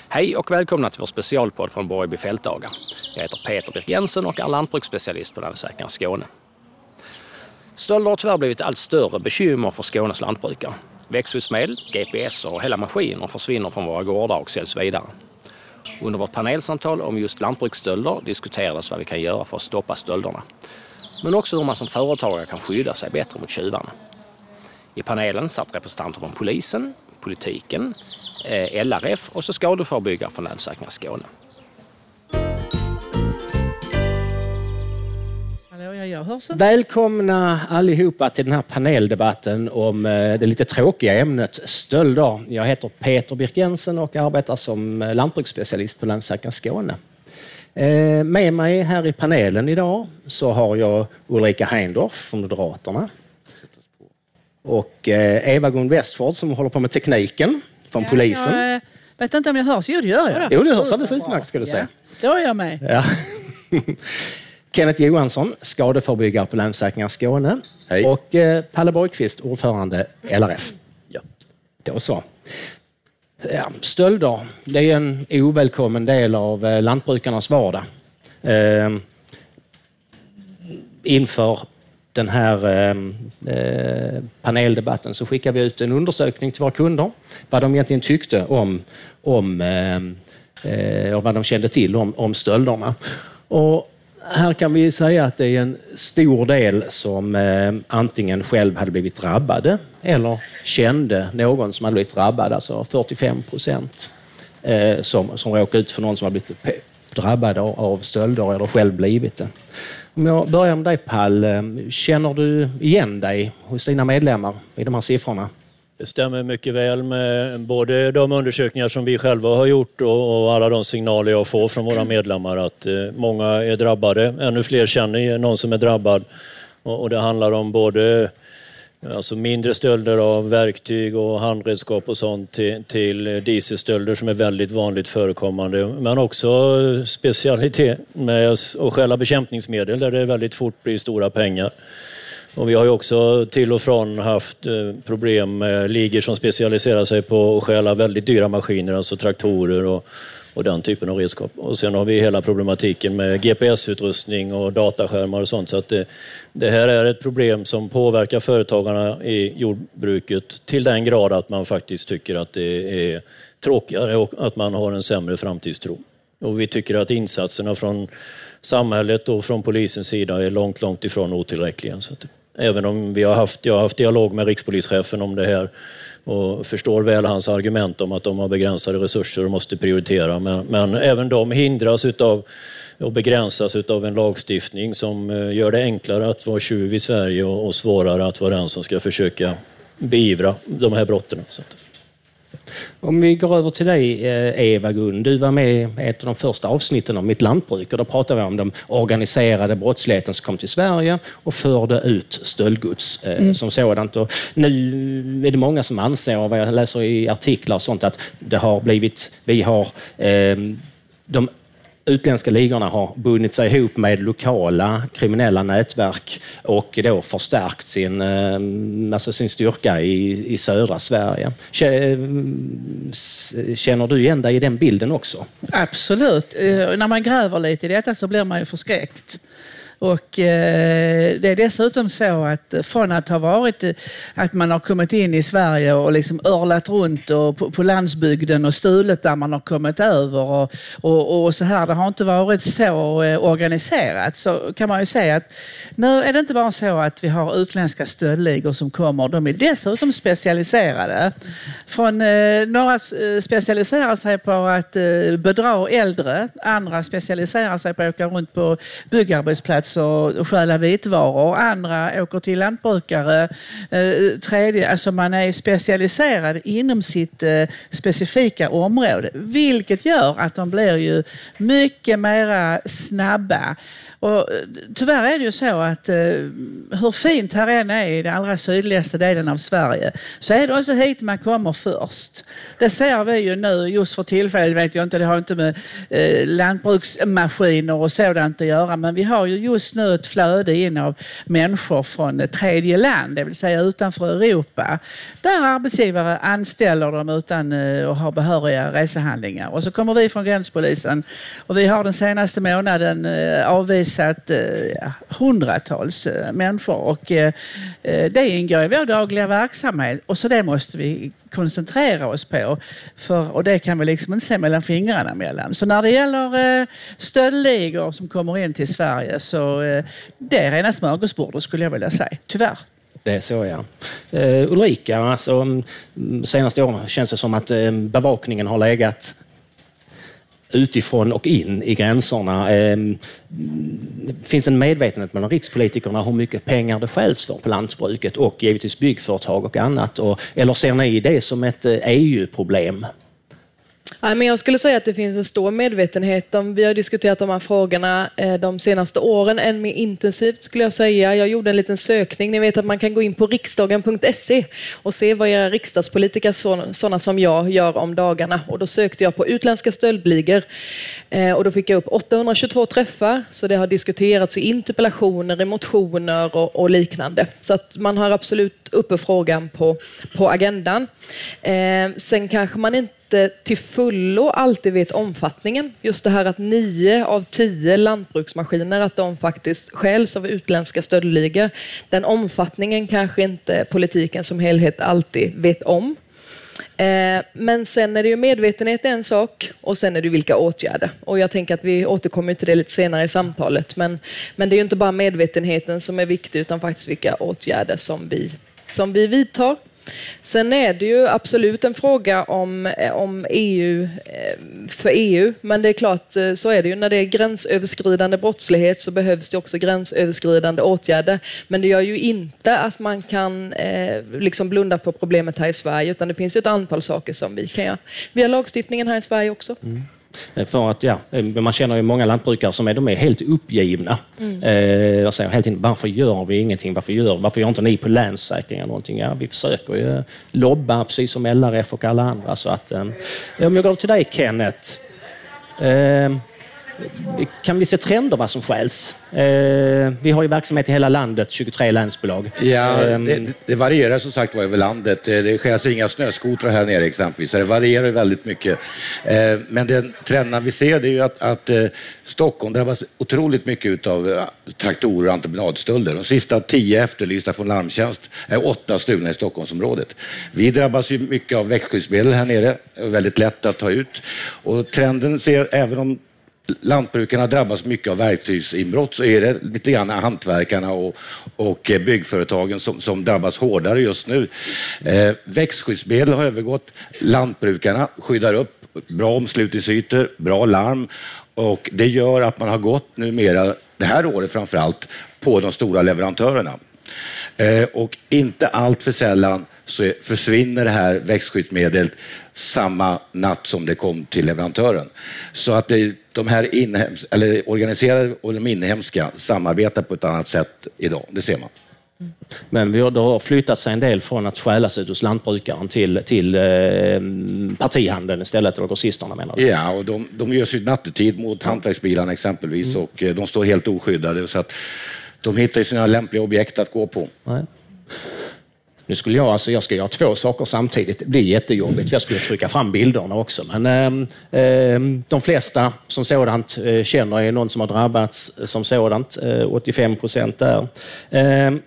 Hej och välkomna till vår specialpodd från Borgby fältdagar. Jag heter Peter Birk Jensen och är lantbruksspecialist på Länsförsäkringar Skåne. Stölder har tyvärr blivit allt större bekymmer för Skånes lantbrukare. Växtskyddsmedel, GPS och hela maskiner försvinner från våra gårdar och säljs vidare. Under vårt panelsamtal om just lantbruksstölder diskuterades vad vi kan göra för att stoppa stölderna. Men också hur man som företagare kan skydda sig bättre mot tjuvarna. I panelen satt representanter från polisen, politiken, LRF och så skadeförebyggare från Länsförsäkringar Skåne. Välkomna allihopa till den här paneldebatten om det lite tråkiga ämnet stölder. Jag heter Peter Birk Jensen och arbetar som lantbruksspecialist på Länsförsäkringar Skåne. Med mig här i panelen idag så har jag Ulrika Heindorff från Moderaterna. Och Eva-Gun Westford som håller på med tekniken från polisen. Jag vet inte om jag hörs. Jo, det gör jag. Jo, det hörs alldeles utmärkt ska du säga. Då är jag med. Ja. Kenneth Johansson, skadeförebyggare på Länsförsäkringar Skåne. Hej. Och Palle Borgqvist, ordförande LRF. Ja. Då så. Ja, stölder, det är en ovälkommen del av lantbrukarnas vardag. Inför den här paneldebatten så skickar vi ut en undersökning till våra kunder. Vad de egentligen tyckte om och vad de kände till om stölderna. Och här kan vi säga att det är en stor del som antingen själv hade blivit drabbade eller kände någon som hade blivit drabbad. Alltså 45% som råkade ut för någon som har blivit drabbad av stölder eller själv blivit det. Om jag börjar med dig, Pall, känner du igen dig hos dina medlemmar i de här siffrorna? Det stämmer mycket väl med både de undersökningar som vi själva har gjort och alla de signaler jag får från våra medlemmar att många är drabbade. Ännu fler känner någon som är drabbad. Och det handlar om både alltså mindre stölder av verktyg och handredskap och sånt till dieselstölder som är väldigt vanligt förekommande. Men också specialitet med att stjäla bekämpningsmedel där det väldigt fort blir stora pengar. Och vi har ju också till och från haft problem med ligor som specialiserar sig på att stjäla väldigt dyra maskiner, alltså traktorer och den typen av redskap. Och sen har vi hela problematiken med GPS-utrustning och dataskärmar och sånt. Så att det här är ett problem som påverkar företagarna i jordbruket till den grad att man faktiskt tycker att det är tråkigare och att man har en sämre framtidstro. Och vi tycker att insatserna från samhället och från polisens sida är långt ifrån otillräckliga. Så att även om jag har haft dialog med rikspolischefen om det här och förstår väl hans argument om att de har begränsade resurser och måste prioritera. Men även de hindras utav och begränsas utav en lagstiftning som gör det enklare att vara tjuv i Sverige och svårare att vara den som ska försöka beivra de här brotten. Så att. Om vi går över till dig, Eva-Gun. Du var med i ett av de första avsnitten om mitt lantbruk och då pratade vi om den organiserade brottsligheten som kom till Sverige och förde ut stöldgods som sådant. Och nu är det många som anser, och vad jag läser i artiklar och sånt, att det har blivit, de utländska ligorna har bundit sig ihop med lokala kriminella nätverk och då förstärkt sin styrka i södra Sverige. Känner du igen dig i den bilden också? Absolut. När man gräver lite i detta så blir man ju förskräckt. Och det är dessutom så att från att ha varit att man har kommit in i Sverige och liksom örlat runt och på landsbygden och stulet där man har kommit över och så här, det har inte varit så organiserat, så kan man ju säga att nu är det inte bara så att vi har utländska stöldligor som kommer, de är dessutom specialiserade. Några specialiserar sig på att bedra äldre, andra specialiserar sig på att åka runt på byggarbetsplatser och stjäla vitvaror. Andra åker till lantbrukare. Tredje, alltså man är specialiserad inom sitt specifika område. Vilket gör att de blir ju mycket mer snabba. Och tyvärr är det ju så att hur fint här än är i den allra sydligaste delen av Sverige så är det också hit man kommer först. Det ser vi ju nu just för tillfället, vet jag inte, det har inte med lantbruksmaskiner och sådant att göra, men vi har ju just just nu ett flöde in av människor från tredje land, det vill säga utanför Europa, där arbetsgivare anställer dem utan att ha behöriga resehandlingar. Och så kommer vi från gränspolisen och vi har den senaste månaden avvisat hundratals människor och det ingår i vår dagliga verksamhet och så det måste vi koncentrera oss på och det kan vi liksom inte se mellan fingrarna mellan. Så när det gäller stöldligor som kommer in till Sverige så det är rena smörgåsbordet skulle jag vilja säga, tyvärr. Det är så, ja. Ulrika, alltså, senaste åren känns det som att bevakningen har legat utifrån och in i gränserna. Finns en medvetenhet mellan rikspolitikerna hur mycket pengar det stjäls för på lantbruket och givetvis byggföretag och annat? Eller ser ni det som ett EU-problem? Ja, men jag skulle säga att det finns en stor medvetenhet. Vi har diskuterat de här frågorna de senaste åren än mer intensivt skulle jag säga. Jag gjorde en liten sökning. Ni vet att man kan gå in på riksdagen.se och se vad era riksdagspolitiker, sådana som jag, gör om dagarna. Och då sökte jag på utländska stöldligor och då fick jag upp 822 träffar. Så det har diskuterats i interpellationer, i motioner och liknande. Så att man har absolut uppe frågan på agendan. Sen kanske man inte till fullo alltid vet omfattningen. Just det här att 9 av 10 lantbruksmaskiner att de faktiskt stjäls av utländska stöldligor. Den omfattningen kanske inte politiken som helhet alltid vet om. Men sen är det ju medvetenhet en sak och sen är det vilka åtgärder. Och jag tänker att vi återkommer till det lite senare i samtalet. Men det är ju inte bara medvetenheten som är viktig utan faktiskt vilka åtgärder som vi vidtar. Sen är det ju absolut en fråga om EU för EU, men det är klart så är det ju när det är gränsöverskridande brottslighet så behövs det också gränsöverskridande åtgärder. Men det gör ju inte att man kan liksom blunda för problemet här i Sverige utan det finns ju ett antal saker som vi kan göra. Vi har lagstiftningen här i Sverige också. Mm. För att man känner ju många lantbrukare som de är helt uppgivna. Jag säger hela tiden, varför gör vi ingenting? Varför gör inte ni på Länssäkringar någonting? Ja, vi försöker ju lobba precis som LRF och alla andra. Så att, om jag går till dig Kenneth. Kan vi se trender vad som stjäls? Vi har ju verksamhet i hela landet, 23 länsbolag. Ja, det varierar som sagt över landet. Det stjäls inga snöskotrar här nere exempelvis. Så det varierar väldigt mycket. Men den trenden vi ser det är ju att Stockholm drabbas otroligt mycket av traktorer och entreprenadstölder. De sista 10 efterlysta från Larmtjänst är 8 stulna i Stockholmsområdet. Vi drabbas ju mycket av växtskyddsmedel här nere. Det är väldigt lätt att ta ut. Och trenden ser även om lantbrukarna drabbas mycket av verktygsinbrott så är det lite grann hantverkarna och byggföretagen som drabbas hårdare just nu. Växtskyddsmedel har övergått. Lantbrukarna skyddar upp bra omslutningsytor, bra larm och det gör att man har gått numera, det här året framförallt, på de stora leverantörerna. Och inte allt för sällan så försvinner det här växtskyddsmedlet samma natt som det kom till leverantören. Så att de här organiserade och de inhemska samarbetar på ett annat sätt idag, det ser man. Men det har flyttat sig en del från att stjälas ut hos lantbrukaren till partihandeln istället, eller grossisterna menar du? Ja, och de gör sig nattetid mot hantverksbilarna exempelvis och de står helt oskyddade så att de hittar sina lämpliga objekt att gå på. Nej. Nu skulle jag ska göra 2 saker samtidigt. Det blir jättejobbigt. Jag skulle trycka fram bilderna också. Men de flesta som sådant känner är någon som har drabbats som sådant. 85% där.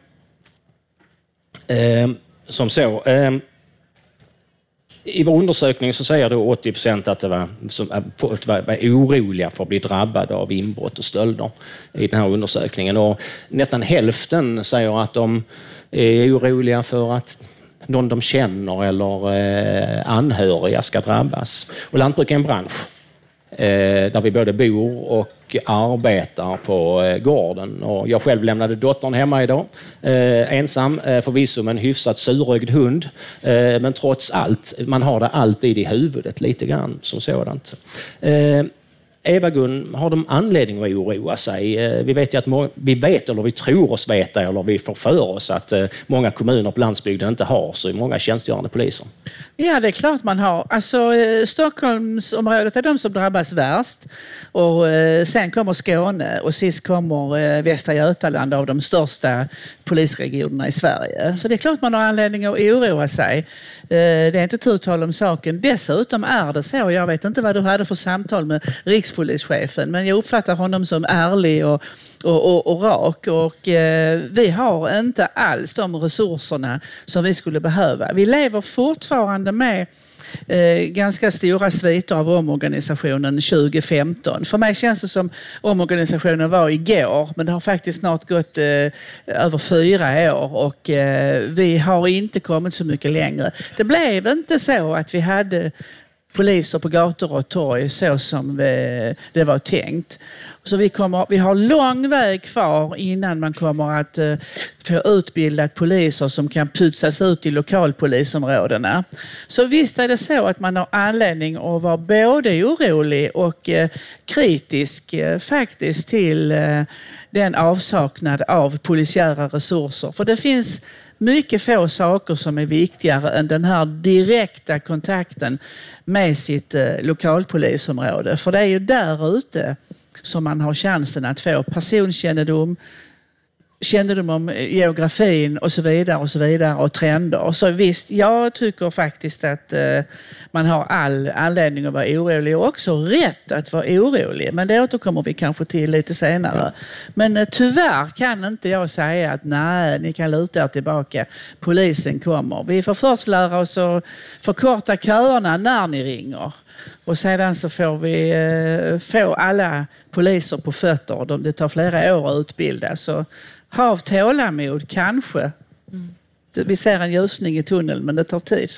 Som så. I vår undersökning så säger då 80% att det var oroliga för att bli drabbade av inbrott och stölder i den här undersökningen. Och nästan hälften säger att de är oroliga för att någon de känner eller anhöriga ska drabbas. Och lantbruk är en bransch där vi både bor och arbetar på gården. Och jag själv lämnade dottern hemma idag. Ensam, förvisso med en hyfsat surögd hund. Men trots allt, man har det alltid i huvudet lite grann som sådant. Eva-Gun, har de anledning att oroa sig? Vi vet ju att vi tror oss veta, eller vi får för oss att många kommuner på landsbygden inte har så många tjänstgörande poliser. Ja, det är klart man har. Alltså, Stockholmsområdet är de som drabbas värst. Och sen kommer Skåne och sist kommer Västra Götaland av de största polisregionerna i Sverige. Så det är klart man har anledning att oroa sig. Det är inte tu tal om saken. Dessutom är det så, jag vet inte vad du hade för samtal med rikspolischefen, men jag uppfattar honom som ärlig och rak. Och vi har inte alls de resurserna som vi skulle behöva. Vi lever fortfarande med ganska stora sviter av omorganisationen 2015. För mig känns det som omorganisationen var igår, men det har faktiskt snart gått över 4 år och vi har inte kommit så mycket längre. Det blev inte så att vi hade poliser på gator och torg så som det var tänkt. Så vi har lång väg kvar innan man kommer att få utbildat poliser som kan putsas ut i lokalpolisområdena. Så visst är det så att man har anledning att vara både orolig och kritisk faktiskt till den avsaknad av polisiära resurser. För det finns mycket få saker som är viktigare än den här direkta kontakten med sitt lokalpolisområde. För det är ju där ute som man har chansen att få personkännedom, kännedom om geografin och så vidare och trender. Så visst, jag tycker faktiskt att man har all anledning att vara orolig och också rätt att vara orolig. Men det återkommer vi kanske till lite senare. Men tyvärr kan inte jag säga att nej, ni kan luta er tillbaka. Polisen kommer. Vi får först lära oss att förkorta köerna när ni ringer. Och sedan så får vi få alla poliser på fötter. Det tar flera år att utbilda. Så hav tålamod, kanske. Vi ser en ljusning i tunneln, men det tar tid.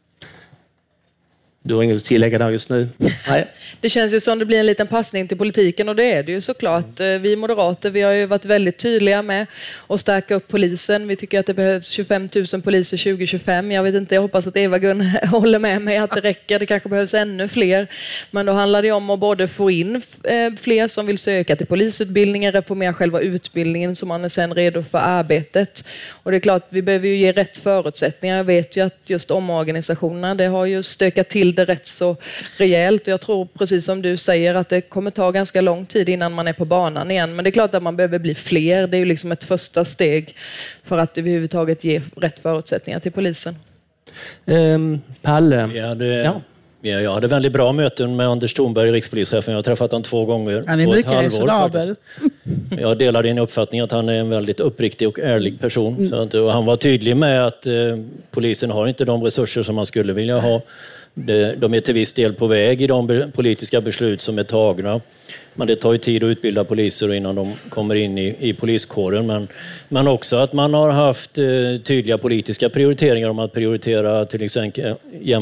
Du har inget att tillägga där just nu? Nej. Det känns ju som det blir en liten passning till politiken och det är det ju såklart. Vi moderater, vi har ju varit väldigt tydliga med att stärka upp polisen. Vi tycker att det behövs 25 000 poliser 2025. Jag vet inte, jag hoppas att Eva-Gun håller med mig att det räcker. Det kanske behövs ännu fler. Men då handlar det om att både få in fler som vill söka till polisutbildningen, reformera själva utbildningen så man är sen redo för arbetet. Och det är klart, vi behöver ju ge rätt förutsättningar. Jag vet ju att just omorganisationerna, det har ju stökat till det rätt så rejält. Och jag tror precis som du säger att det kommer ta ganska lång tid innan man är på banan igen. Men det är klart att man behöver bli fler. Det är ju liksom ett första steg för att överhuvudtaget ge rätt förutsättningar till polisen. Palle? Jag hade väldigt bra möten med Anders Thornberg, rikspolischefen. Jag har träffat honom 2 gånger han är på ett mycket halvår resonabel. Jag delar din uppfattning att han är en väldigt uppriktig och ärlig person. Så att, och han var tydlig med att polisen har inte de resurser som man skulle vilja ha. De är till viss del på väg i de politiska beslut som är tagna. Men det tar ju tid att utbilda poliser innan de kommer in i poliskåren. Men också att man har haft tydliga politiska prioriteringar om att prioritera till exempel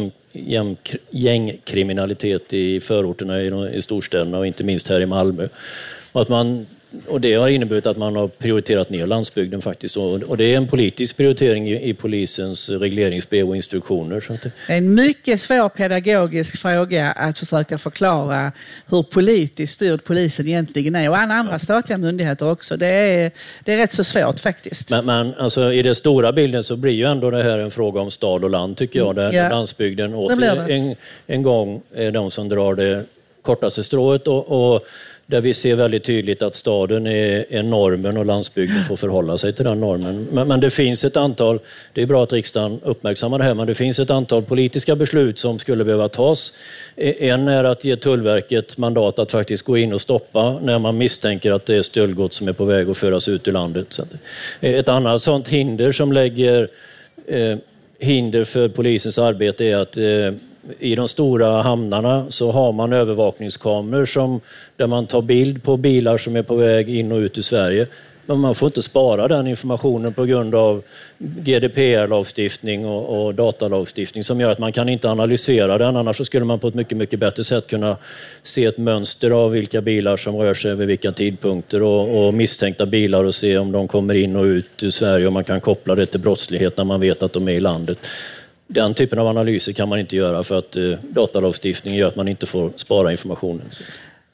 gängkriminalitet i förorterna i storstäderna och inte minst här i Malmö. Och det har inneburit att man har prioriterat ner landsbygden faktiskt. Och det är en politisk prioritering i polisens regleringsbrev och instruktioner. Så att det är en mycket svår pedagogisk fråga att försöka förklara hur politiskt styrd polisen egentligen är. Och andra statliga myndigheter också. Det är rätt så svårt faktiskt. Men alltså, i den stora bilden så blir ju ändå det här en fråga om stad och land tycker jag. Där landsbygden åter en gång är de som drar det kortaste strået och där vi ser väldigt tydligt att staden är normen och landsbygden får förhålla sig till den normen. Men det finns ett antal, det är bra att riksdagen uppmärksammar det här, men det finns ett antal politiska beslut som skulle behöva tas. En är att ge Tullverket mandat att faktiskt gå in och stoppa när man misstänker att det är stöldgods som är på väg att föras ut ur landet. Så ett annat sånt hinder som lägger hinder för polisens arbete är att i de stora hamnarna så har man övervakningskameror där man tar bild på bilar som är på väg in och ut ur Sverige. Men man får inte spara den informationen på grund av GDPR-lagstiftning och datalagstiftning som gör att man kan inte analysera den. Annars så skulle man på ett mycket, mycket bättre sätt kunna se ett mönster av vilka bilar som rör sig vid vilka tidpunkter och misstänkta bilar och se om de kommer in och ut ur Sverige och man kan koppla det till brottslighet när man vet att de är i landet. Den typen av analyser kan man inte göra för att datalagstiftningen gör att man inte får spara informationen.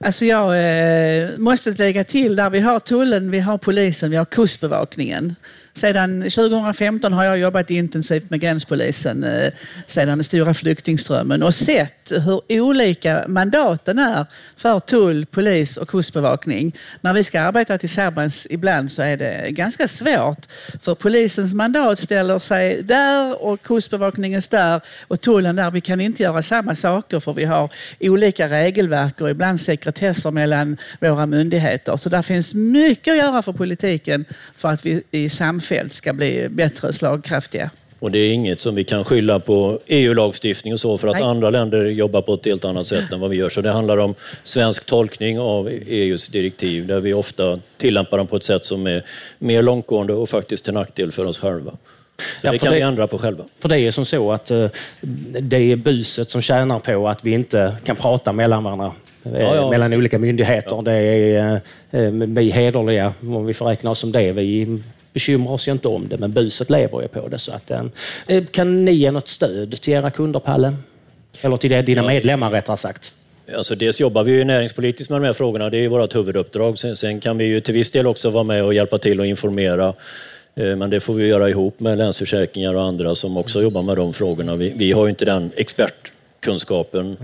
Alltså jag måste lägga till där vi har tullen, vi har polisen, vi har kustbevakningen. Sedan 2015 har jag jobbat intensivt med gränspolisen sedan den stora flyktingströmmen och sett hur olika mandaten är för tull, polis och kustbevakning. När vi ska arbeta tillsammans ibland så är det ganska svårt, för polisens mandat ställer sig där och kustbevakningens där och tullen där. Vi kan inte göra samma saker för vi har olika regelverk och ibland sekretesser mellan våra myndigheter. Så där finns mycket att göra för politiken för att vi i samfällt ska bli bättre slagkraftiga. Och det är inget som vi kan skylla på EU-lagstiftning och så, för att andra länder jobbar på ett helt annat sätt än vad vi gör. Så det handlar om svensk tolkning av EUs direktiv där vi ofta tillämpar dem på ett sätt som är mer långtgående och faktiskt till nackdel för oss själva. Så det kan vi ändra på själva. För det är som så att det är buset som tjänar på att vi inte kan prata mellan varandra. Mellan olika myndigheter. Ja. Det är vi hederliga, om vi får räkna oss som det. Vi bekymrar oss ju inte om det, men buset lever ju på det. Så att, kan ni ge något stöd till era kunder, Palle? Eller till dina medlemmar rättare sagt? Alltså dels jobbar vi ju näringspolitiskt med de här frågorna. Det är ju vårt huvuduppdrag. Sen kan vi ju till viss del också vara med och hjälpa till och informera. Men det får vi göra ihop med Länsförsäkringar och andra som också jobbar med de frågorna. Vi har ju inte den expertkunskapen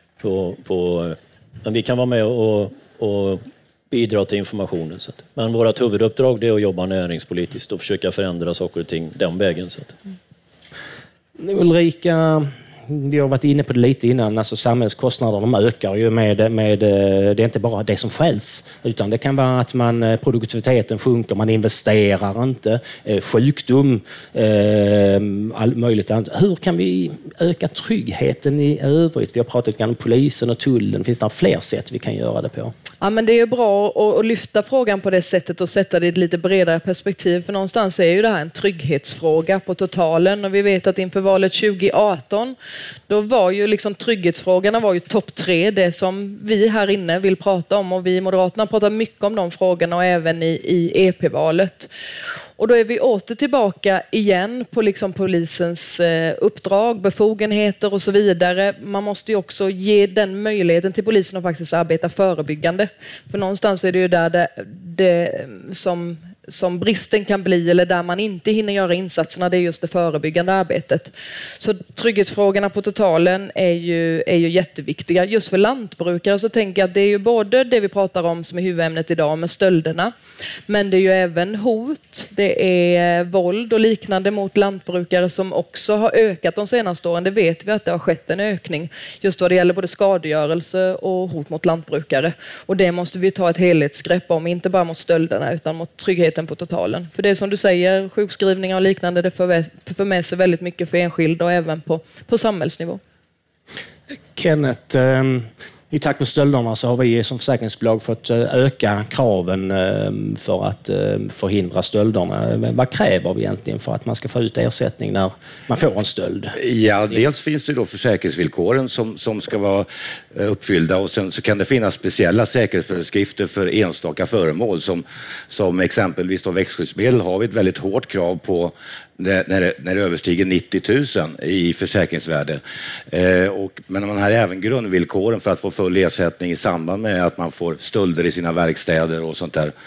men vi kan vara med och bidra till informationen. Så att. Men vårt huvuduppdrag är att jobba näringspolitiskt och försöka förändra saker och ting den vägen. Så att. Ulrika, vi har varit inne på det lite innan, alltså samhällskostnaderna ökar ju med det är inte bara det som stjäls, utan det kan vara att produktiviteten sjunker, man investerar inte, sjukdom, allt möjligt annat. Hur kan vi öka tryggheten i övrigt? Vi har pratat om polisen och tullen, finns det fler sätt vi kan göra det på? Ja, men det är ju bra att lyfta frågan på det sättet och sätta det i ett lite bredare perspektiv, för någonstans är ju det här en trygghetsfråga på totalen, och vi vet att inför valet 2018 då var ju liksom trygghetsfrågorna var ju topp 3, det som vi här inne vill prata om, och vi i Moderaterna pratar mycket om de frågorna och även i EP-valet. Och då är vi åter tillbaka igen på liksom polisens uppdrag, befogenheter och så vidare. Man måste ju också ge den möjligheten till polisen att faktiskt arbeta förebyggande. För någonstans är det ju där det som bristen kan bli, eller där man inte hinner göra insatserna, det är just det förebyggande arbetet. Så trygghetsfrågorna på totalen är ju jätteviktiga. Just för lantbrukare så tänker jag att det är ju både det vi pratar om som är huvudämnet idag med stölderna, men det är ju även hot, det är våld och liknande mot lantbrukare som också har ökat de senaste åren. Det vet vi att det har skett en ökning just vad det gäller både skadegörelse och hot mot lantbrukare. Och det måste vi ta ett helhetsgrepp om, inte bara mot stölderna utan mot tryggheten på totalen. För det är som du säger, sjukskrivningar och liknande, det för med sig väldigt mycket för enskilda och även på samhällsnivå. Kenneth, i takt med stölderna så har vi som försäkringsbolag fått öka kraven för att förhindra stölderna. Vad kräver vi egentligen för att man ska få ut ersättning när man får en stöld? Ja, dels finns det då försäkringsvillkoren som ska vara uppfyllda, och sen så kan det finnas speciella säkerhetsföreskrifter för enstaka föremål som exempelvis då växtskyddsmedel har vi ett väldigt hårt krav på när det överstiger 90 000 i försäkringsvärde. Men man har även grundvillkoren för att få full ersättning i samband med att man får stölder i sina verkstäder och sånt där.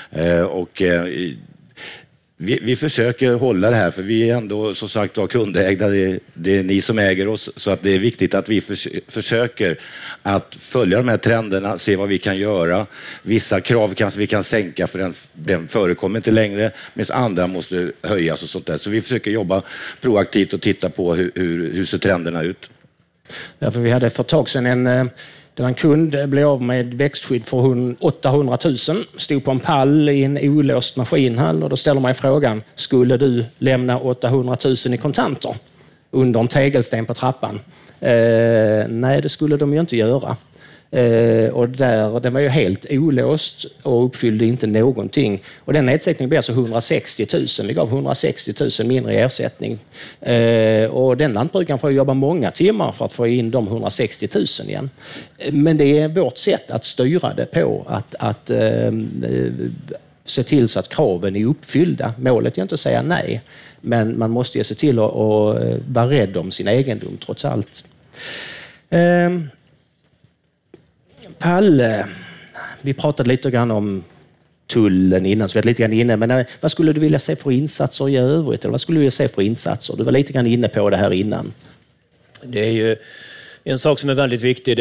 Vi försöker hålla det här, för vi är ändå som sagt kundägda. Det är ni som äger oss, så att det är viktigt att vi försöker att följa de här trenderna, se vad vi kan göra. Vissa krav kanske vi kan sänka för den förekommer inte längre, medan andra måste höjas och sånt där. Så vi försöker jobba proaktivt och titta på hur ser trenderna ut. Ja, för vi hade för ett tag sedan en kund blev av med växtskydd för 800 000, stod på en pall i en olåst maskinhall, och då ställer man frågan: skulle du lämna 800 000 i kontanter under en tegelsten på trappan? Nej, det skulle de ju inte göra. Och den var ju helt olåst och uppfyllde inte någonting. Och den nedsättningen blev alltså 160 000. Vi gav 160 000 mindre i ersättning. Och den lantbrukaren får jobba många timmar för att få in de 160 000 igen. Men det är vårt sätt att styra det på, att se till så att kraven är uppfyllda. Målet är inte att säga nej, men man måste ju se till att vara rädd om sin egendom trots allt. Palle, vi pratade lite grann om tullen innan, så vi är lite grann inne. Men vad skulle du vilja se för insatser i övrigt? Eller vad skulle du vilja se för insatser? Du var lite grann inne på det här innan. Det är ju en sak som är väldigt viktig.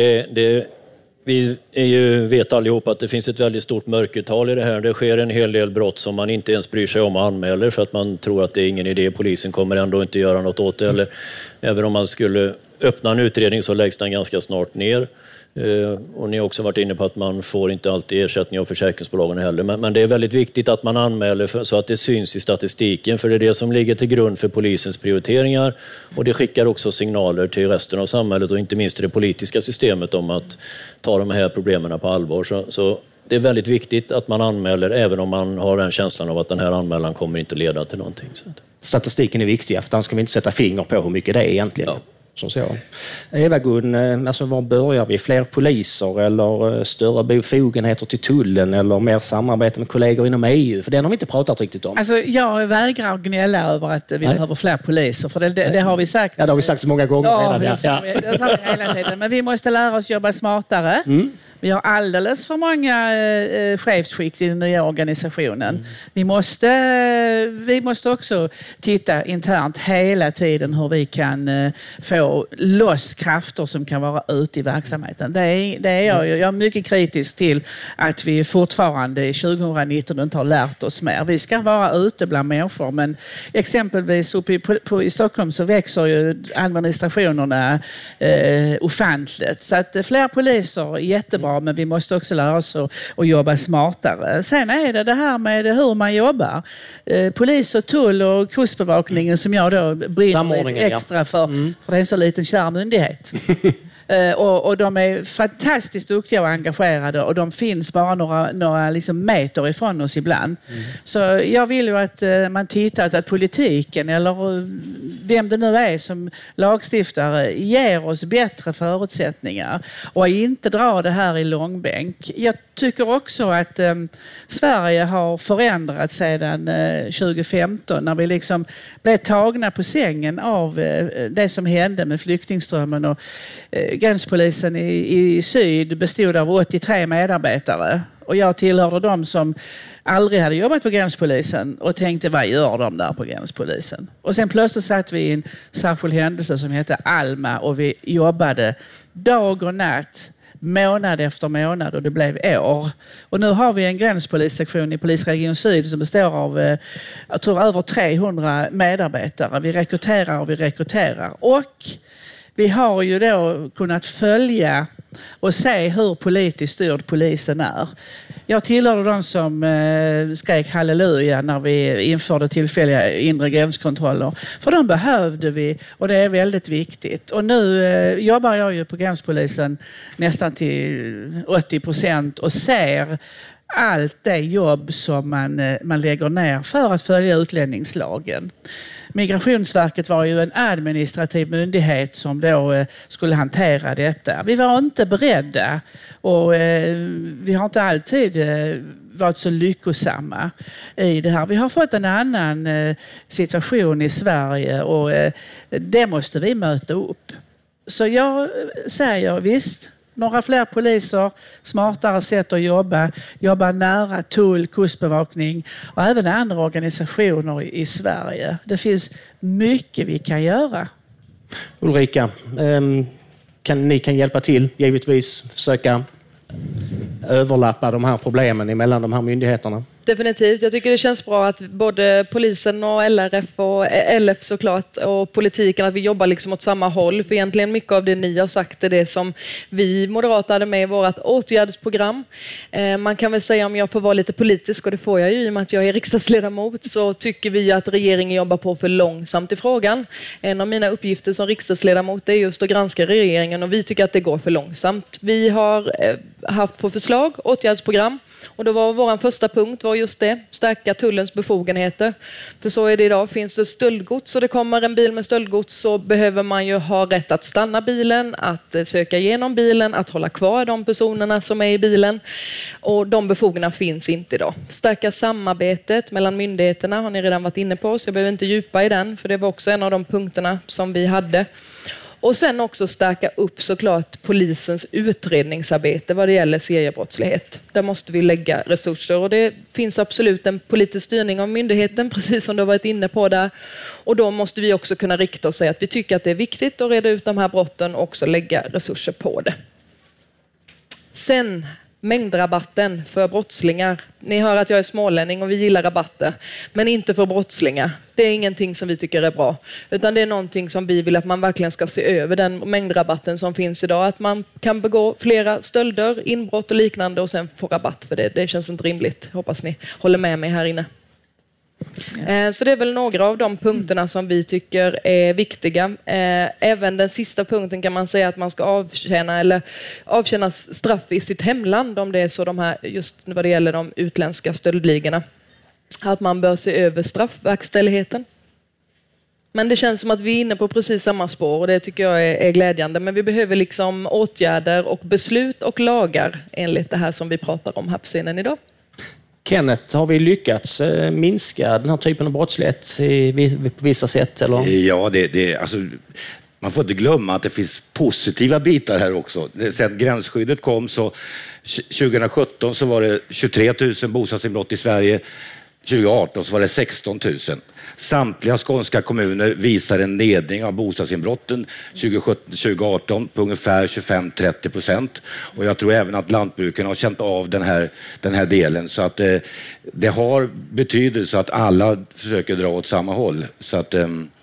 Vi vet allihop att det finns ett väldigt stort mörkertal i det här. Det sker en hel del brott som man inte ens bryr sig om och anmäler för att man tror att det är ingen idé. Polisen kommer ändå inte göra något åt det. Eller, även om man skulle öppna en utredning så läggs den ganska snart ner. Och ni har också varit inne på att man får inte alltid ersättning av försäkringsbolagen heller. Men det är väldigt viktigt att man anmäler så att det syns i statistiken. För det är det som ligger till grund för polisens prioriteringar. Och det skickar också signaler till resten av samhället och inte minst till det politiska systemet om att ta de här problemen på allvar. Så det är väldigt viktigt att man anmäler även om man har den känslan av att den här anmälan kommer inte leda till någonting. Statistiken är viktig, för annars ska vi inte sätta finger på hur mycket det är egentligen. Ja. Så. Eva-Gun, alltså var börjar vi? Fler poliser eller större befogenheter till tullen eller mer samarbete med kollegor inom EU? För det har vi inte pratat riktigt om. Alltså, jag vägrar gnälla över att vi behöver fler poliser, för det har vi sagt. Ja, det har vi sagt så många gånger redan. Det sa vi hela tiden. Men vi måste lära oss jobba smartare. Vi har alldeles för många chefsskikt i den nya organisationen. Vi måste också titta internt hela tiden hur vi kan få loss krafter som kan vara ute i verksamheten. Jag är mycket kritisk till att vi fortfarande 2019 inte har lärt oss mer. Vi ska vara ute bland människor, men exempelvis uppe i Stockholm så växer ju administrationerna ofantligt. Så att fler poliser är jättebra, men vi måste också lära oss att jobba smartare. Sen är det här med hur man jobbar. Polis och tull och kustbevakningen som jag då brinner extra för det är en så liten kär myndighet. Och de är fantastiskt duktiga och engagerade och de finns bara några liksom meter ifrån oss ibland. Så jag vill ju att man tittar att politiken eller vem det nu är som lagstiftare ger oss bättre förutsättningar och inte drar det här i långbänk. Jag tycker också att Sverige har förändrats sedan 2015 när vi liksom blev tagna på sängen av det som hände med flyktingströmmen och gränspolisen i syd bestod av 83 medarbetare och jag tillhörde de som aldrig hade jobbat på gränspolisen och tänkte, vad gör de där på gränspolisen? Och sen plötsligt satt vi i en särskild händelse som heter Alma och vi jobbade dag och natt, månad efter månad och det blev år. Och nu har vi en gränspolissektion i Polisregion Syd som består av, jag tror, över 300 medarbetare. Vi rekryterar och vi har ju då kunnat följa och se hur politiskt styrd polisen är. Jag tillhörde de som skrek halleluja när vi införde tillfälliga inre gränskontroller. För de behövde vi och det är väldigt viktigt. Och nu jobbar jag ju på gränspolisen nästan till 80% och ser allt det jobb som man lägger ner för att följa utlänningslagen. Migrationsverket var ju en administrativ myndighet som då skulle hantera detta. Vi var inte beredda och vi har inte alltid varit så lyckosamma i det här. Vi har fått en annan situation i Sverige och det måste vi möta upp. Så jag säger visst, några fler poliser, smartare sätt att jobba nära tull, kustbevakning och även andra organisationer i Sverige. Det finns mycket vi kan göra. Ulrika, ni kan hjälpa till, givetvis försöka överlappa de här problemen mellan de här myndigheterna? Definitivt. Jag tycker det känns bra att både polisen och LRF och LF såklart och politiken att vi jobbar liksom åt samma håll. För egentligen mycket av det ni har sagt är det som vi moderater hade med i vårt åtgärdsprogram. Man kan väl säga, om jag får vara lite politisk, och det får jag ju i och med att jag är riksdagsledamot, så tycker vi att regeringen jobbar på för långsamt i frågan. En av mina uppgifter som riksdagsledamot är just att granska regeringen och vi tycker att det går för långsamt. Vi har haft på förslag åtgärdsprogram och då var vår första punkt var just det, stärka tullens befogenheter. För så är det idag, finns det stöldgods och det kommer en bil med stöldgods så behöver man ju ha rätt att stanna bilen, att söka igenom bilen, att hålla kvar de personerna som är i bilen. Och de befogenheterna finns inte idag. Stärka samarbetet mellan myndigheterna har ni redan varit inne på så jag behöver inte djupa i den för det var också en av de punkterna som vi hade. Och sen också stärka upp såklart polisens utredningsarbete vad det gäller seriebrottslighet. Där måste vi lägga resurser och det finns absolut en politisk styrning av myndigheten, precis som du har varit inne på där. Och då måste vi också kunna rikta och säga att vi tycker att det är viktigt att reda ut de här brotten och också lägga resurser på det. Sen mängdrabatten för brottslingar. Ni hör att jag är smålänning och vi gillar rabatter, men inte för brottslingar. Det är ingenting som vi tycker är bra, utan det är någonting som vi vill att man verkligen ska se över, den mängdrabatten som finns idag. Att man kan begå flera stölder, inbrott och liknande och sen få rabatt för det. Det känns inte rimligt. Hoppas ni håller med mig här inne. Så det är väl några av de punkterna som vi tycker är viktiga. Även den sista punkten kan man säga att man ska avtjäna straff i sitt hemland, om det är så de här, just vad det gäller de utländska stöldligorna. Att man bör se över straffverkställigheten. Men det känns som att vi är inne på precis samma spår och det tycker jag är glädjande. Men vi behöver liksom åtgärder och beslut och lagar enligt det här som vi pratar om här på scenen idag. Kenneth, har vi lyckats minska den här typen av brottslighet på vissa sätt? Eller? Ja, alltså, man får inte glömma att det finns positiva bitar här också. Sen gränsskyddet kom så 2017 så var det 23 000 bostadsinbrott i Sverige. 2018 så var det 16 000. Samtliga skånska kommuner visar en nedgång av bostadsinbrotten 2017-2018 på ungefär 25-30%. Och jag tror även att lantbrukarna har känt av den här delen. Så att det har betydelse att alla försöker dra åt samma håll. Så att...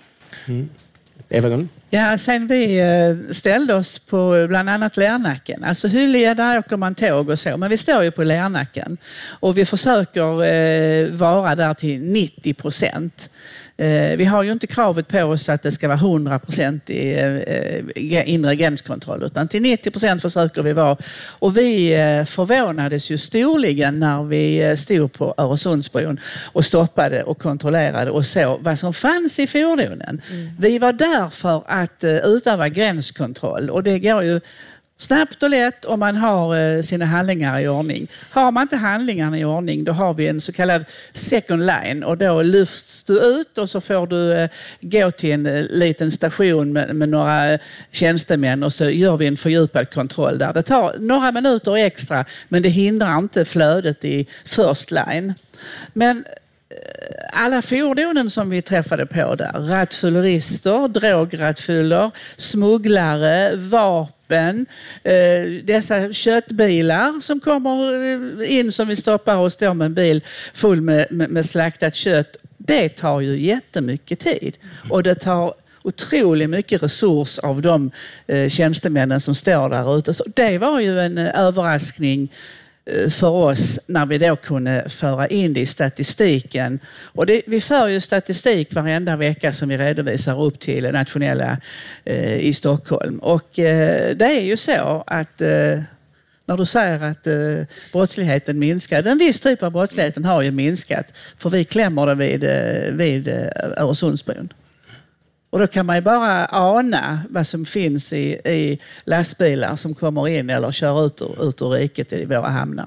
Ja, sen vi ställde oss på bland annat Lernacken. Alltså Hyllie, där åker man tåg och så. Men vi står ju på Lernacken och vi försöker vara där till 90%. Vi har ju inte kravet på oss att det ska vara 100% i inre gränskontroll, utan till 90% försöker vi vara. Och vi förvånades ju storligen när vi stod på Öresundsbron och stoppade och kontrollerade och såg vad som fanns i fordonen. Vi var där för att utöva gränskontroll och det går ju snabbt och lätt om man har sina handlingar i ordning. Har man inte handlingarna i ordning, då har vi en så kallad second line och då lyfts du ut och så får du gå till en liten station med några tjänstemän och så gör vi en fördjupad kontroll där. Det tar några minuter extra, men det hindrar inte flödet i first line. Men alla fordonen som vi träffade på där, rattfyllerister, drograttfyller, smugglare, vapen, dessa köttbilar som kommer in som vi stoppar och står med en bil full med slaktat kött, det tar ju jättemycket tid och det tar otroligt mycket resurs av de tjänstemännen som står där ute. Så det var ju en överraskning för oss när vi då kunde föra in det i statistiken. Och vi för ju statistik varenda vecka som vi redovisar upp till nationella i Stockholm. Och det är ju så att när du säger att brottsligheten minskar, en viss typ av brottsligheten har ju minskat, för vi klämmer det vid Öresundsbron. Och då kan man ju bara ana vad som finns i lastbilar som kommer in eller kör ut ur riket i våra hamnar.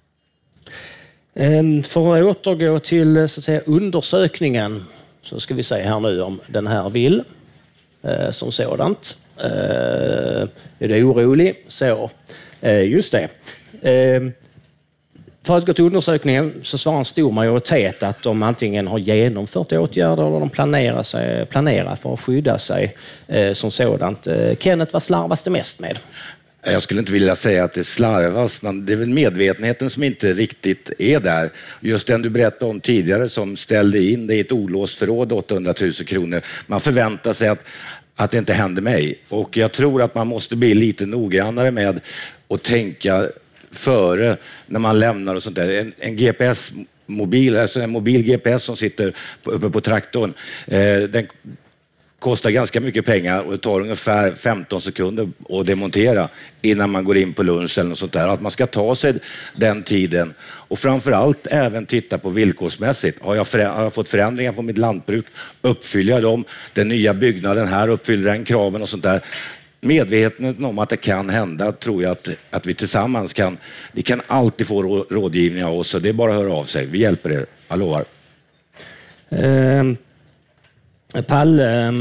För att återgå till så att säga, undersökningen så ska vi säga här nu om den här vill som sådant. Är du orolig? Så, just det. För att gå till undersökningen så svarar en stor majoritet att de antingen har genomfört åtgärder eller de planerar för att skydda sig som sådant. Kenneth, vad slarvas det mest med? Jag skulle inte vilja säga att det slarvas, men det är väl medvetenheten som inte riktigt är där. Just den du berättade om tidigare som ställde in det i ett olåst förråd 800 000 kronor. Man förväntar sig att det inte händer mig. Och jag tror att man måste bli lite noggrannare med att tänka före när man lämnar och sånt där. En GPS-mobil, alltså en mobil GPS som sitter uppe på traktorn, den kostar ganska mycket pengar och det tar ungefär 15 sekunder att demontera innan man går in på lunch eller något sånt där. Att man ska ta sig den tiden och framförallt även titta på villkorsmässigt. Har jag fått förändringar på mitt lantbruk? Uppfyller jag dem? Den nya byggnaden här, uppfyller den kraven och sånt där? Medvetenheten om att det kan hända tror jag att vi tillsammans kan alltid få rådgivning av oss, så det är bara att höra av sig. Vi hjälper er, jag lovar. Palle,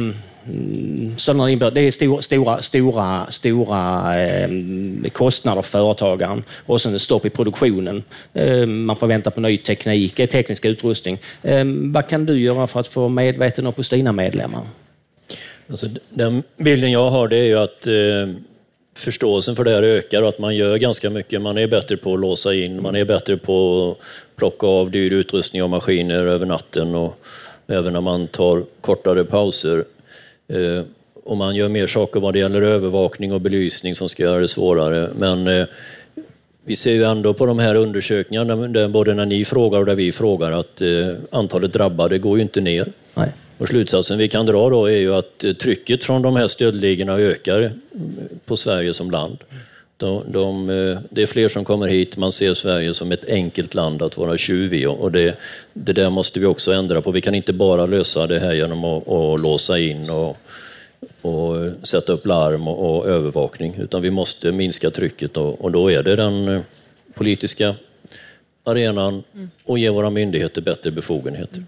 stölderna inbörd, det är stora kostnader för företagaren och sen stopp i produktionen. Man får vänta på ny teknik, teknisk utrustning. Vad kan du göra för att få medveten upp hos dina medlemmar? Alltså, den bilden jag har, det är ju att förståelsen för det här ökar och att man gör ganska mycket. Man är bättre på att låsa in, man är bättre på att plocka av dyr utrustning och maskiner över natten och även när man tar kortare pauser. Och man gör mer saker vad det gäller övervakning och belysning som ska göra det svårare. Men vi ser ju ändå på de här undersökningarna, både när ni frågar och där vi frågar, att antalet drabbade går ju inte ner. Nej. Och slutsatsen vi kan dra då är ju att trycket från de här stöldligorna ökar på Sverige som land. Det är fler som kommer hit, man ser Sverige som ett enkelt land att vara tjuv i, och det där måste vi också ändra på. Vi kan inte bara lösa det här genom att låsa in och sätta upp larm och övervakning, utan vi måste minska trycket, och då är det den politiska arenan och ge våra myndigheter bättre befogenheter.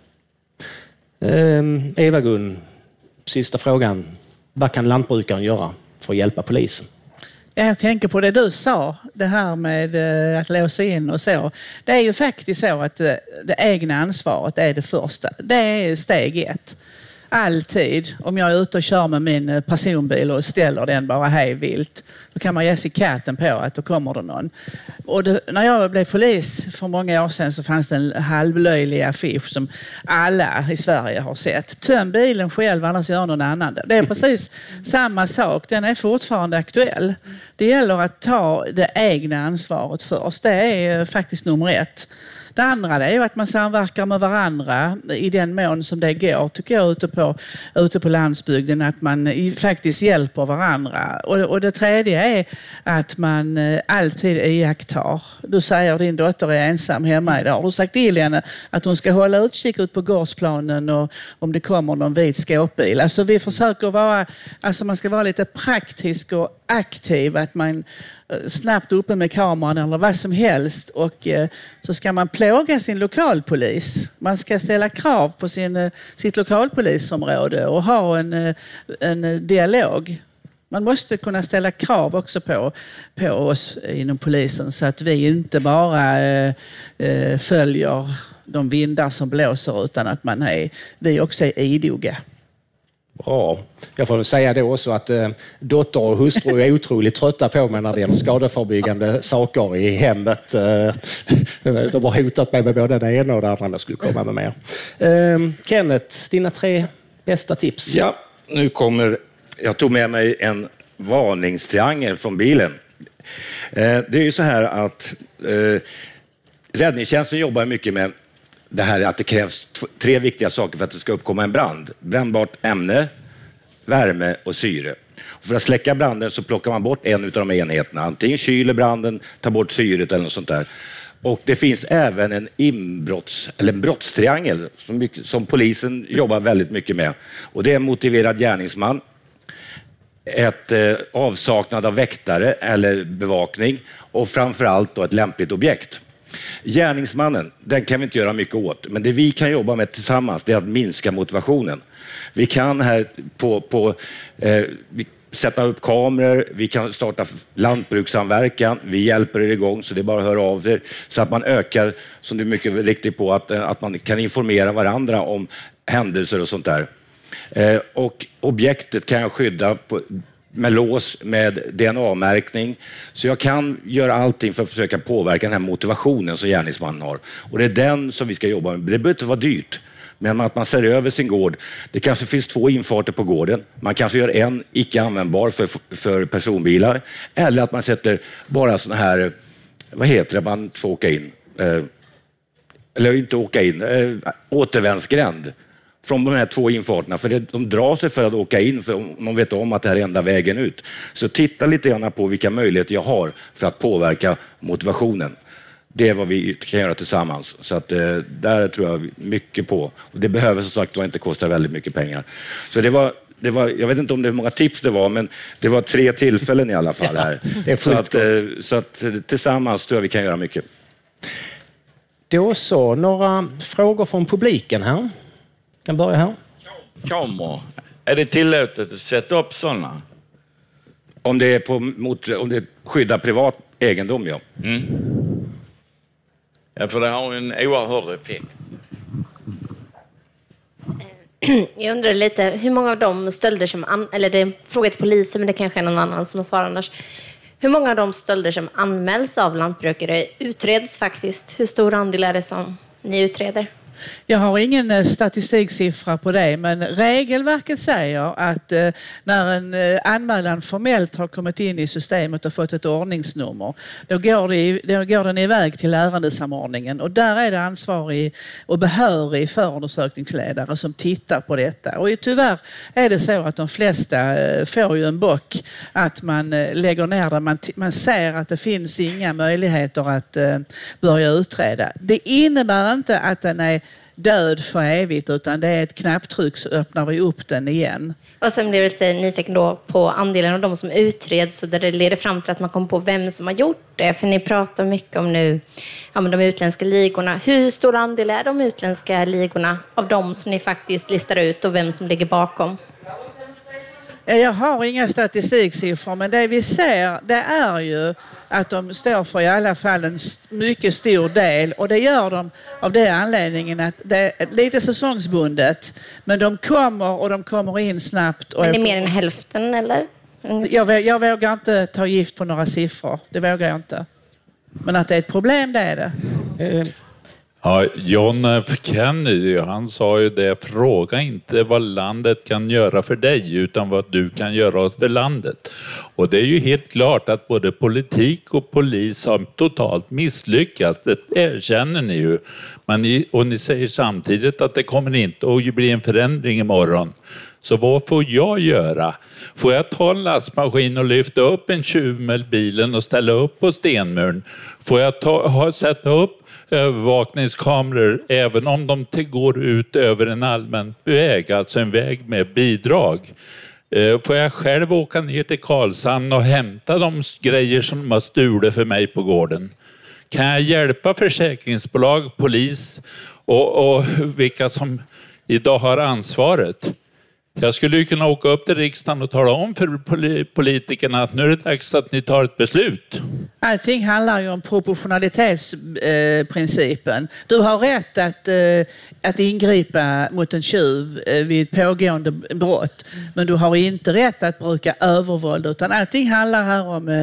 Eva-Gun, sista frågan. Vad kan lantbrukaren göra för att hjälpa polisen? Jag tänker på det du sa, det här med att låsa in och så. Det är ju faktiskt så att det egna ansvaret är det första. Det är steg 1. Alltid, om jag är ute och kör med min personbil och ställer den bara hej vilt, då kan man ge sig katten på att då kommer det någon. Och när jag blev polis för många år sedan så fanns det en halvlöjlig affisch som alla i Sverige har sett. Töm bilen själv, annars gör någon annan det. Det är precis samma sak, den är fortfarande aktuell. Det gäller att ta det egna ansvaret först, det är faktiskt nummer 1. Det andra är ju att man samverkar med varandra i den mån som det går, tycker jag, ute på landsbygden, att man faktiskt hjälper varandra. Och det tredje är att man alltid iakttar. Du säger att din dotter är ensam hemma idag. Du har sagt till henne att hon ska hålla utkik ut på gårdsplanen och om det kommer någon vit skåpbil. Alltså vi försöker man ska vara lite praktisk och aktiv, att man snabbt uppe med kameran eller vad som helst, och så ska man plåga sin lokalpolis. Man ska ställa krav på sitt lokalpolisområde och ha en dialog. Man måste kunna ställa krav också på oss inom polisen, så att vi inte bara följer de vindar som blåser, utan att vi också är idoga. Bra. Jag får väl säga då också att dotter och hustru är otroligt trötta på mig när det gäller skadeförebyggande saker i hemmet. De har hotat mig med både det ena och det andra när jag skulle komma med mer. Kenneth, dina 3 bästa tips? Ja, jag tog med mig en varningstriangel från bilen. Det är ju så här att räddningstjänsten jobbar mycket med det här att det krävs 3 viktiga saker för att det ska uppkomma en brand. Brännbart ämne, värme och syre. Och för att släcka branden så plockar man bort en av de enheterna. Antingen kyler branden, tar bort syret eller något sånt där. Och det finns även en brottstriangel som polisen jobbar väldigt mycket med. Och det är en motiverad gärningsman, ett avsaknad av väktare eller bevakning och framförallt då ett lämpligt objekt. Gärningsmannen, den kan vi inte göra mycket åt, men det vi kan jobba med tillsammans, det är att minska motivationen. Vi kan här sätta upp kameror, vi kan starta lantbrukssamverkan, vi hjälper er igång, så det är bara att höra av er, så att man ökar, som du är mycket riktigt på, att man kan informera varandra om händelser och sånt där. Och objektet kan jag skydda med lås, med DNA-märkning. Så jag kan göra allting för att försöka påverka den här motivationen som gärningsmannen har. Och det är den som vi ska jobba med. Det behöver inte vara dyrt, men att man ser över sin gård. Det kanske finns 2 infarter på gården. Man kanske gör en icke användbar för personbilar. Eller att man sätter bara såna här, vad heter det, man får åka in. Eller inte åka in, återvändsgränd. Från de här 2 infarterna, för de drar sig för att åka in, för de vet om att det här är enda vägen ut. Så titta lite grann på vilka möjligheter jag har för att påverka motivationen. Det är vad vi kan göra tillsammans. Så att där tror jag mycket på. Och det behöver som sagt inte kosta väldigt mycket pengar. Så det var, jag vet inte om det hur många tips det var, men det var 3 tillfällen i alla fall här. Ja, det är så att tillsammans tror jag vi kan göra mycket. Då så, några frågor från publiken här. Kan börja här. Kameror. Är det tillåtet att sätta upp sådana? Om det är om det skyddar privat egendom, ja. Mm. Ja, för det har en oerhörd effekt. Jag undrar lite, hur många av de stölder som... Eller det är en fråga till polisen, men det kanske är någon annan som har svarat annars. Hur många av de stölder som anmäls av lantbrukare utreds faktiskt? Hur stor andel är det som ni utreder? Jag har ingen statistiksiffra på det, men regelverket säger att när en anmälan formellt har kommit in i systemet och fått ett ordningsnummer, då går den iväg till ärendesamordningen, och där är det ansvarig och behörig förundersökningsledare som tittar på detta. Och tyvärr är det så att de flesta får ju en bock att man lägger ner där man ser att det finns inga möjligheter att börja utreda. Det innebär inte att den är död för evigt, utan det är ett knapptryck så öppnar vi upp den igen. Och sen blir jag lite nyfiken då på andelen av de som utreds och där det leder fram till att man kommer på vem som har gjort det. För ni pratar mycket om nu de utländska ligorna. Hur stor andel är de utländska ligorna av de som ni faktiskt listar ut och vem som ligger bakom? Jag har inga statistiksiffror, men det vi ser, det är ju att de står för i alla fall en mycket stor del, och det gör de av den anledningen att det är lite säsongsbundet, men de kommer in snabbt. Och men det är mer än hälften, eller? Jag vågar inte ta gift på några siffror, det vågar jag inte. Men att det är ett problem, det är det. Ja, John F. Kennedy, han sa ju det, fråga inte vad landet kan göra för dig utan vad du kan göra för landet. Och det är ju helt klart att både politik och polis har totalt misslyckats, det erkänner ni ju. Och ni säger samtidigt att det kommer inte att bli en förändring imorgon. Så vad får jag göra? Får jag ta en lastmaskin och lyfta upp en tjuv med bilen och ställa upp på stenmuren? Får jag sätta upp övervakningskameror även om de går ut över en allmän väg, alltså en väg med bidrag? Får jag själv åka ner till Karlshamn och hämta de grejer som de har stulit för mig på gården? Kan jag hjälpa försäkringsbolag, polis och vilka som idag har ansvaret? Jag skulle ju kunna åka upp till riksdagen och tala om för politikerna att nu är det dags att ni tar ett beslut. Allting handlar ju om proportionalitetsprincipen. Du har rätt att ingripa mot en tjuv vid pågående brott, men du har inte rätt att bruka övervåld, utan allting handlar här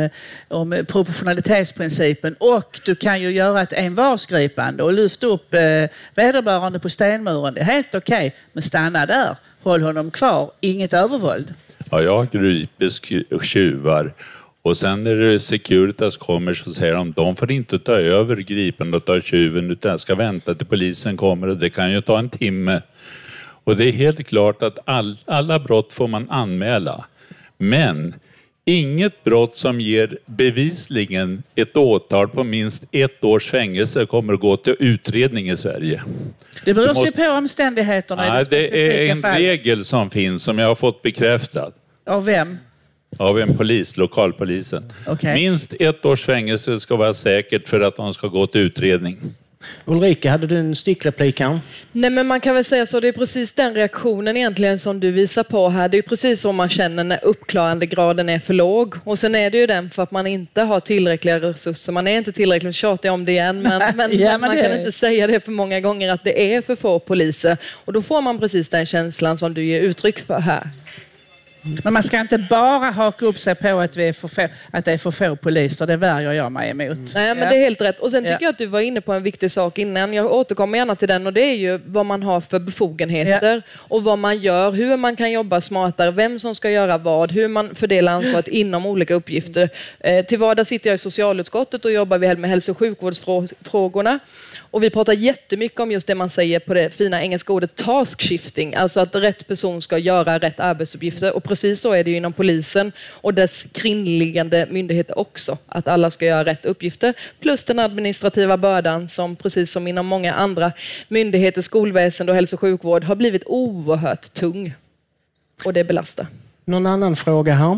om proportionalitetsprincipen, och du kan ju göra ett envarsgripande och lyfta upp vederbörande på stenmuren. Det är helt okej, men stanna där. Håll honom kvar, inget övervåld. Ja, jag griper tjuvar och sen när det Securitas kommer så säger de får inte ta över gripandet av tjuven utan ska vänta till polisen kommer, och det kan ju ta en timme. Och det är helt klart att alla brott får man anmäla. Men inget brott som ger bevisligen ett åtal på minst 1 års fängelse kommer att gå till utredning i Sverige. Det beror ju på omständigheterna. Nej, det är en regel som finns som jag har fått bekräftad. Av vem? Av en polis, lokalpolisen. Okay. Minst 1 års fängelse ska vara säkert för att de ska gå till utredning. Ulrika, hade du en stickreplik här? Nej, men man kan väl säga så, det är precis den reaktionen egentligen som du visar på här. Det är precis så man känner när uppklarandegraden är för låg. Och sen är det ju den för att man inte har tillräckliga resurser. Man är inte tillräckligt tjatig om det igen, men ja, man kan inte säga det för många gånger att det är för få poliser. Och då får man precis den känslan som du ger uttryck för här. Men man ska inte bara haka upp sig på att det är för få poliser. Det värjer jag mig emot. Nej, men det är helt rätt. Och sen tycker jag att du var inne på en viktig sak innan. Jag återkommer gärna till den, och det är ju vad man har för befogenheter och vad man gör, hur man kan jobba smartare, vem som ska göra vad, hur man fördelar ansvaret inom olika uppgifter. Till vardags sitter jag i socialutskottet och jobbar vi med hälso- och sjukvårdsfrågorna. Och vi pratar jättemycket om just det man säger på det fina engelska ordet task shifting, alltså att rätt person ska göra rätt arbetsuppgifter. Och precis så är det ju inom polisen och dess kringliggande myndigheter också, att alla ska göra rätt uppgifter. Plus den administrativa bördan som precis som inom många andra myndigheter, skolväsende och hälso- och sjukvård har blivit oerhört tung. Och det belastar. Någon annan fråga här?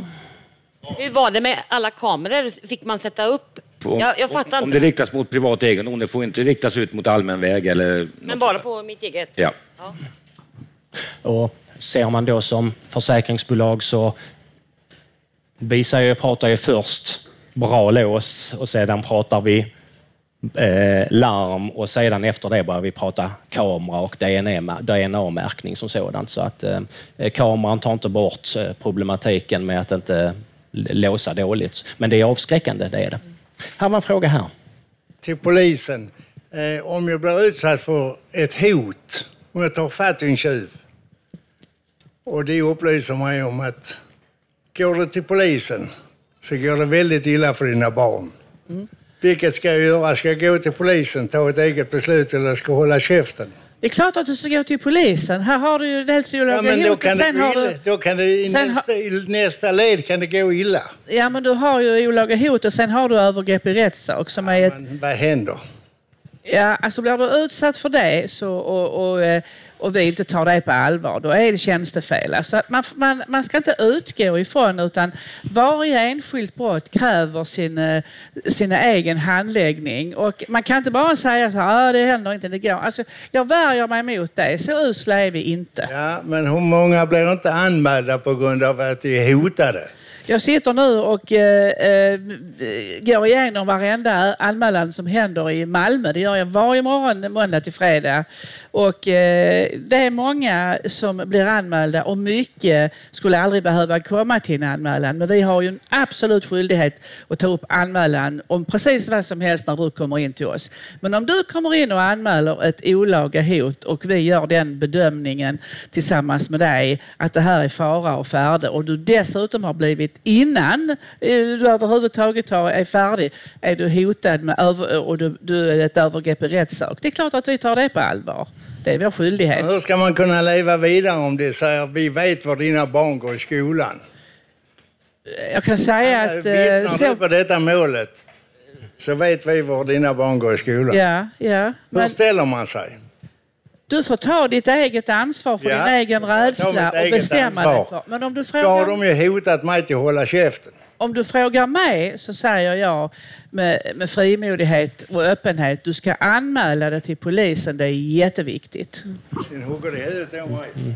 Hur var det med alla kameror? Fick man sätta upp? Jag fattar inte. Om det riktas mot privat egendom, det får inte riktas ut mot allmän väg eller... Men bara på mitt eget? Ja. Och ser man då som försäkringsbolag så pratar ju först bra lås och sedan pratar vi larm och sedan efter det börjar vi prata kamera och DNA-märkning som sådant. Så att kameran tar inte bort problematiken med att inte låsa dåligt. Men det är avskräckande, det är det. Här var en fråga här. Till polisen. Om jag blir utsatt för ett hot, om jag tar fatt i en tjuv och det upplyser mig om att går du till polisen så går det väldigt illa för dina barn. Vilket ska jag göra? Ska jag gå till polisen, ta ett eget beslut eller ska jag hålla käften? Det är klart att du ska gå till polisen. Här har du ju dels olaga hot och sen har du... Då kan det i nästa led kan det gå illa. Ja, men du har ju olaga hot och sen har du övergrepp i rättssak som är Men vad händer? Ja, alltså blir du utsatt för det så, och vi inte tar det på allvar, då är det tjänstefel. Alltså man ska inte utgå ifrån, utan varje enskilt brott kräver sin egen handläggning. Och man kan inte bara säga så här, det händer inte, det går. Alltså, jag värjer mig emot det, så usla är vi inte. Ja, men hur många blir inte anmälda på grund av att de är hotade? Jag sitter nu och går igenom varenda anmälan som händer i Malmö. Det gör jag varje morgon, måndag till fredag. Och det är många som blir anmälda och mycket skulle aldrig behöva komma till en anmälan. Men vi har ju en absolut skyldighet att ta upp anmälan om precis vad som helst när du kommer in till oss. Men om du kommer in och anmäler ett olaga hot och vi gör den bedömningen tillsammans med dig att det här är fara och färde och du dessutom har blivit innan du överhuvudtaget är färdig är du hotad med och du är ett övergrepp i rättssak. Det är klart att vi tar det på allvar. Det är vår skyldighet. Hur ska man kunna leva vidare om det säger vi vet var dina barn går i skolan? Jag kan säga att... Vittnar du på detta målet så vet vi var dina barn går i skolan. Ja. Hur ställer man sig? Du får ta ditt eget ansvar för din egen rädsla och bestämma dig för. Men om du frågar... Då har de ju hotat mig till att hålla käften. Om du frågar mig så säger jag med frimodighet och öppenhet, du ska anmäla det till polisen, det är jätteviktigt. Sen hugger det huvudet av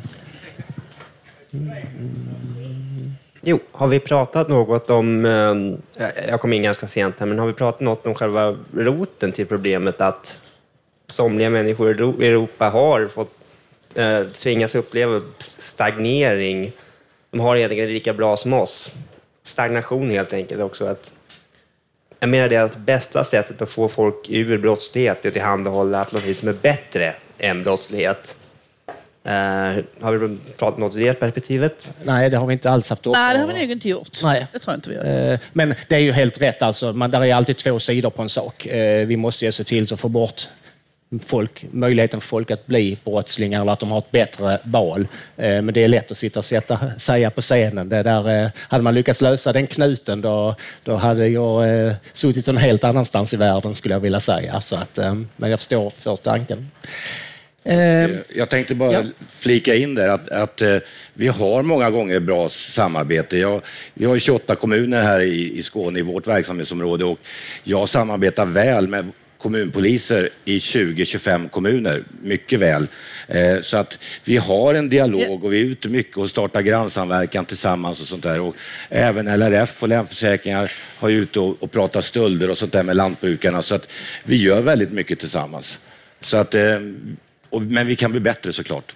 mig. Jo, har vi pratat något om, jag kom in ganska sent här, men har vi pratat något om själva roten till problemet att somliga människor i Europa har fått tvingas uppleva stagnering. De har egentligen lika bra som oss. Stagnation helt enkelt också. Att, jag menar det att bästa sättet att få folk ur brottslighet är att tillhandahålla alternativ som är bättre än brottslighet. Har vi pratat något i det perspektivet? Nej, det har vi inte alls haft upp. Nej, det har vi nog inte gjort. Nej. Det tror jag inte vi gör. Men det är ju helt rätt. Alltså, där är alltid två sidor på en sak. Vi måste ju se till att få bort möjligheten för folk att bli brottslingar eller att de har ett bättre val. Men det är lätt att sitta och säga på scenen. Det där, hade man lyckats lösa den knuten då hade jag suttit en helt annanstans i världen skulle jag vilja säga. Så att, men jag förstår först tanken. Jag tänkte bara flika in där att vi har många gånger bra samarbete. Vi har 28 kommuner här i Skåne i vårt verksamhetsområde och jag samarbetar väl med kommunpoliser i 20-25 kommuner, mycket väl. Så att vi har en dialog och vi är ute mycket och startar grannsamverkan tillsammans och sånt där. Och även LRF och Länsförsäkringar har ju ute och pratat stölder och sånt där med lantbrukarna. Så att vi gör väldigt mycket tillsammans. Så att, men vi kan bli bättre såklart.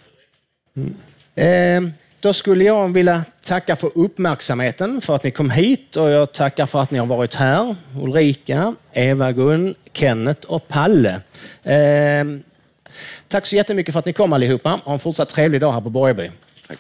Då skulle jag vilja tacka för uppmärksamheten, för att ni kom hit och jag tackar för att ni har varit här. Ulrika, Eva-Gun, Kenneth och Palle. Tack så jättemycket för att ni kom allihopa. Ha en fortsatt trevlig dag här på Borgeby. Tack.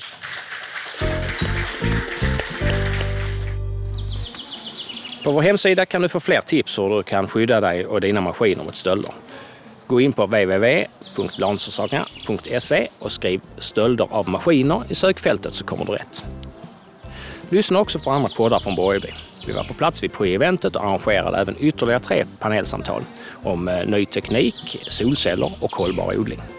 På vår hemsida kan du få fler tips hur du kan skydda dig och dina maskiner mot stölder. Gå in på www.blansförsäkringar.se och skriv stölder av maskiner i sökfältet så kommer du rätt. Lyssna också på andra poddar från Borgeby. Vi var på plats vid Pre-eventet och arrangerade även ytterligare 3 panelsamtal om ny teknik, solceller och hållbar odling.